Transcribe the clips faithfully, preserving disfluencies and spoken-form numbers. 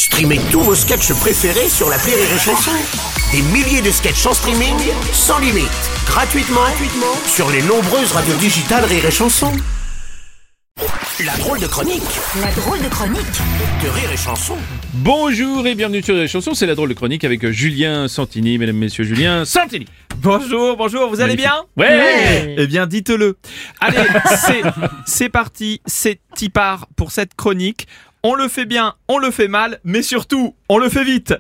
Streamez tous vos sketchs préférés sur l'appli Rire et Chanson. Des milliers de sketchs en streaming, sans limite, gratuitement, gratuitement sur les nombreuses radios digitales Rire et Chanson. La drôle de chronique. La drôle de chronique de Rire et Chanson. Bonjour et bienvenue sur Rire et Chanson, c'est la drôle de chronique avec Julien Santini, mesdames, messieurs, Julien Santini. Bonjour, bonjour, vous allez bien ? Ouais, ouais. Eh bien, dites-le. Allez, c'est, c'est parti, c'est y part pour cette chronique. On le fait bien, on le fait mal, mais surtout, on le fait vite.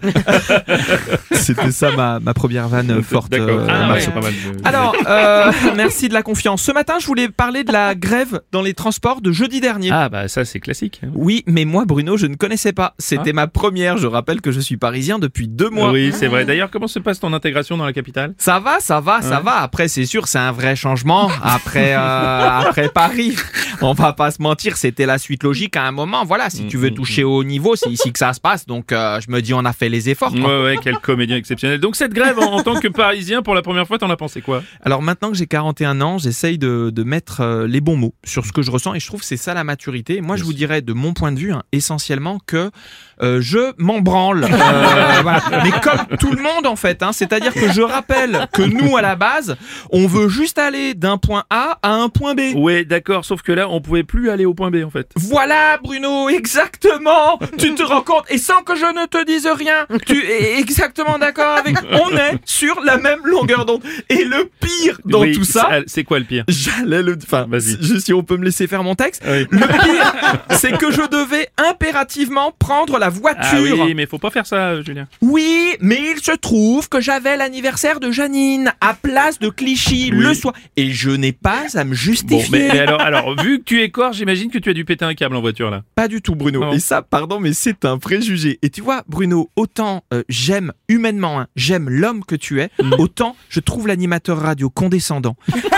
C'était ça ma, ma première vanne forte. D'accord. Euh, Ah, ouais, Marceau. c'est pas mal. de- Alors, euh, merci de la confiance. Ce matin, je voulais parler de la grève dans les transports de jeudi dernier. Ah bah ça c'est classique. hein. Oui, mais moi, Bruno, je ne connaissais pas. C'était ma première. Je rappelle que je suis parisien depuis deux mois. Oui, c'est vrai. D'ailleurs, comment se passe ton intégration dans la capitale ? Ça va, ça va, ça Ouais. va. Après, c'est sûr, c'est un vrai changement. Après, euh, après Paris, on va pas se mentir, c'était la suite logique à un moment. Voilà, si tu veux toucher au haut niveau, c'est ici que ça se passe. Donc, euh, je me dis, on a fait les efforts. quoi. Ouais, ouais, quel comédien exceptionnel. Donc cette grève, en, en tant que Parisien, pour la première fois, t'en as pensé quoi ? Alors maintenant que j'ai quarante et un ans, j'essaye de, de mettre euh, les bons mots sur ce que je ressens et je trouve que c'est ça la maturité. Moi, je vous dirais de mon point de vue, hein, essentiellement que euh, je m'en branle. Euh, voilà. Mais comme tout le monde en fait, hein, c'est-à-dire que je rappelle que nous, à la base, on veut juste aller d'un point A à un point B. Ouais, d'accord, sauf que là, on pouvait plus aller au point B en fait. Voilà Bruno, exactement. Tu te rends compte et sans que je ne te dise rien, tu es exactement d'accord avec. On est sur la même longueur d'onde. Et le pire dans Oui, tout ça, c'est- c'est quoi le pire ? j'allais le. Enfin, Vas-y. juste si on peut me laisser faire mon texte. Oui. Le pire, c'est que je devais impérativement prendre la voiture. Ah oui, mais faut pas faire ça, Julien. Oui, mais il se trouve que j'avais l'anniversaire de Janine à Place de Clichy Oui. le soir et je n'ai pas à me Bon, justifier. mais, mais alors, alors, vu que tu es corps, j'imagine que tu as dû péter un câble en voiture là. Pas du tout, Bruno. Non. Et ça, pardon, mais c'est un préjugé. Et tu vois, Bruno, autant euh, j'aime humainement, hein, j'aime l'homme que tu es, autant je trouve l'animateur radio condescendant.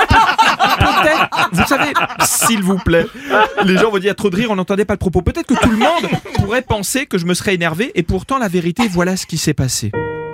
Peut-être, vous savez, s'il vous plaît, les gens vont dire il y a trop de rire, on n'entendait pas le propos. Peut-être que tout le monde pourrait penser que je me serais énervé, et pourtant la vérité, voilà ce qui s'est passé.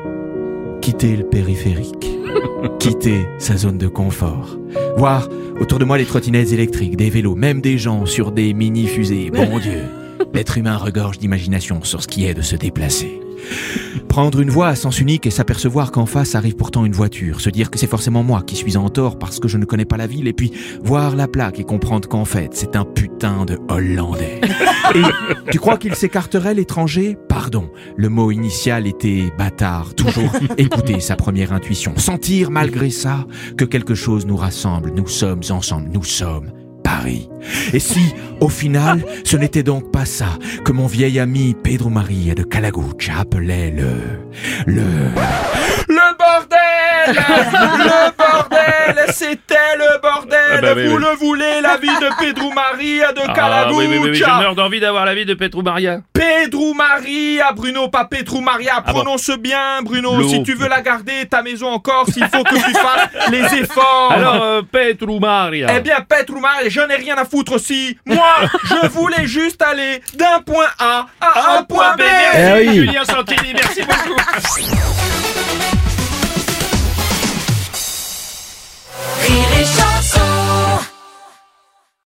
Quitter le périphérique, quitter sa zone de confort, voir autour de moi les trottinettes électriques, des vélos, même des gens sur des mini-fusées. Bon Dieu, l'être humain regorge d'imagination sur ce qui est de se déplacer. Prendre une voie à sens unique et s'apercevoir qu'en face arrive pourtant une voiture, se dire que c'est forcément moi qui suis en tort parce que je ne connais pas la ville, et puis voir la plaque et comprendre qu'en fait c'est un putain de Hollandais. Et tu crois qu'il s'écarterait l'étranger ? Pardon, le mot initial était bâtard. Toujours écouter sa première intuition, sentir malgré ça que quelque chose nous rassemble, nous sommes ensemble, nous sommes Paris. Et si, au final, ce n'était donc pas ça que mon vieil ami Pedro Maria de Calagucha appelait le... le... Le bordel. Le bordel. C'était le bordel. Ah bah oui, Vous oui. le voulez, la vie de Pedro Maria de Ah Calagucha. oui, oui, oui, oui, je meurs d'envie d'avoir la vie de Petru Maria. Pedro Maria, Bruno, pas Petru Maria. Ah bon. Prononce bien, Bruno. Le- Si tu veux la garder, ta maison en Corse, il faut que tu fasses les efforts. Alors, euh, Petru Maria. Eh bien, Petru Maria, je n'ai rien à foutre aussi. Moi, je voulais juste aller d'un point A à un point B. Merci, Julien Santini, merci beaucoup. Rire et Chanson.